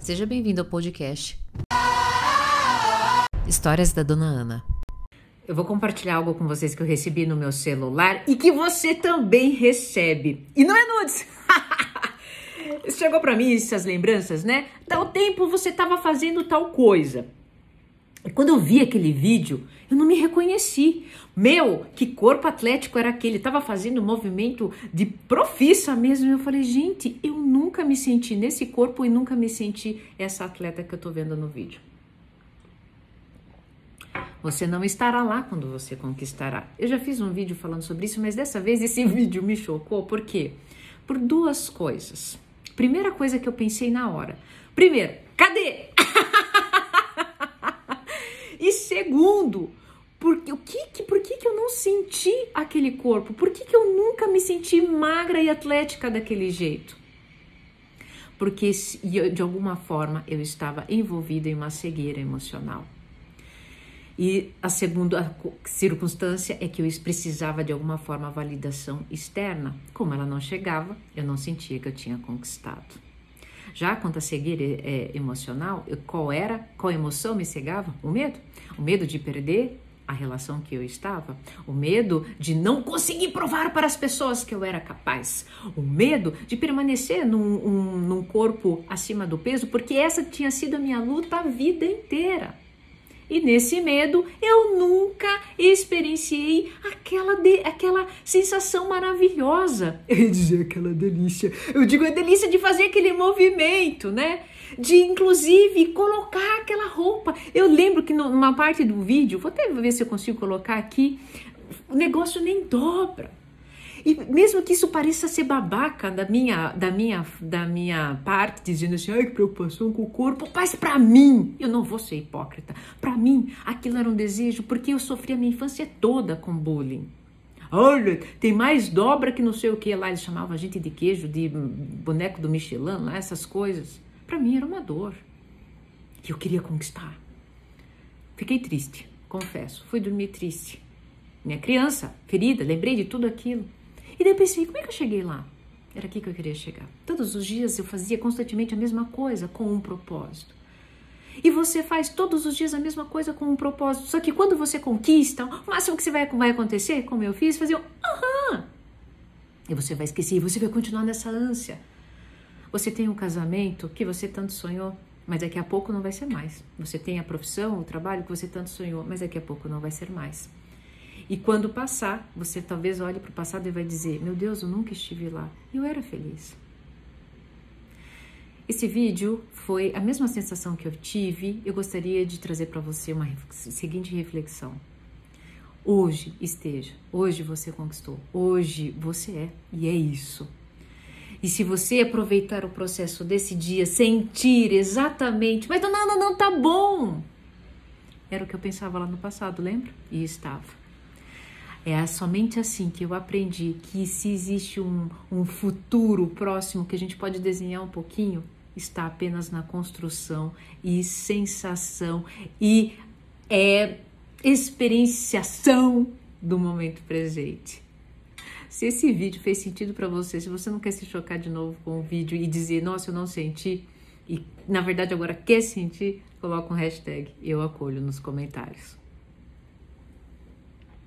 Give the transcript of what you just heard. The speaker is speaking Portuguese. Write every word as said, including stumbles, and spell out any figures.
Seja bem-vindo ao podcast Histórias da Dona Ana. Eu vou compartilhar algo com vocês que eu recebi no meu celular e que você também recebe. E não é nudes! Chegou pra mim essas lembranças, né? Tal tempo você estava fazendo tal coisa. E quando eu vi aquele vídeo, eu não me reconheci. Meu, que corpo atlético era aquele? Tava fazendo um movimento de profissa mesmo. Eu falei, gente, eu nunca me senti nesse corpo e nunca me senti essa atleta que eu tô vendo no vídeo. Você não estará lá quando você conquistará. Eu já fiz um vídeo falando sobre isso, mas dessa vez esse vídeo me chocou. Por quê? Por duas coisas. Primeira coisa que eu pensei na hora. Primeiro, cadê? E segundo, por, o que, por que, que eu não senti aquele corpo? Por que, que eu nunca me senti magra e atlética daquele jeito? Porque de alguma forma eu estava envolvida em uma cegueira emocional. E a segunda circunstância é que eu precisava de alguma forma validação externa. Como ela não chegava, eu não sentia que eu tinha conquistado. Já quanto à cegueira é, emocional, eu, qual era, qual emoção me cegava? O medo. O medo de perder a relação que eu estava. O medo de não conseguir provar para as pessoas que eu era capaz. O medo de permanecer num, um, num corpo acima do peso, porque essa tinha sido a minha luta a vida inteira. E nesse medo, eu nunca experienciei aquela, de, aquela sensação maravilhosa. Eu ia dizer aquela delícia. Eu digo a delícia de fazer aquele movimento, né? De, inclusive, colocar aquela roupa. Eu lembro que numa parte do vídeo, vou até ver se eu consigo colocar aqui, o negócio nem dobra. E mesmo que isso pareça ser babaca da minha, da minha, da minha parte, dizendo assim, ai, que preocupação com o corpo, mas pra mim, eu não vou ser hipócrita, pra mim aquilo era um desejo, porque eu sofri a minha infância toda com bullying. Olha, tem mais dobra que não sei o que lá, eles chamavam a gente de queijo, de boneco do Michelin, lá, essas coisas. Pra mim era uma dor, que eu queria conquistar. Fiquei triste, confesso, fui dormir triste. Minha criança, ferida, lembrei de tudo aquilo. E daí eu pensei, como é que eu cheguei lá? Era aqui que eu queria chegar. Todos os dias eu fazia constantemente a mesma coisa com um propósito. E você faz todos os dias a mesma coisa com um propósito. Só que quando você conquista, o máximo que você vai, vai acontecer, como eu fiz, fazer um aham. E você vai esquecer, e você vai continuar nessa ânsia. Você tem um casamento que você tanto sonhou, mas daqui a pouco não vai ser mais. Você tem a profissão, o trabalho que você tanto sonhou, mas daqui a pouco não vai ser mais. E quando passar, você talvez olhe para o passado e vai dizer, meu Deus, eu nunca estive lá. E eu era feliz. Esse vídeo foi a mesma sensação que eu tive. Eu gostaria de trazer para você uma seguinte reflexão. Hoje esteja, hoje você conquistou, hoje você é, e é isso. E se você aproveitar o processo desse dia, sentir exatamente, mas não, não, não, tá bom. Era o que eu pensava lá no passado, lembra? E estava. É somente assim que eu aprendi que se existe um, um futuro próximo que a gente pode desenhar um pouquinho, está apenas na construção e sensação e é, experienciação do momento presente. Se esse vídeo fez sentido para você, se você não quer se chocar de novo com o vídeo e dizer, nossa, eu não senti, e na verdade agora quer sentir, coloca um hashtag, eu acolho nos comentários.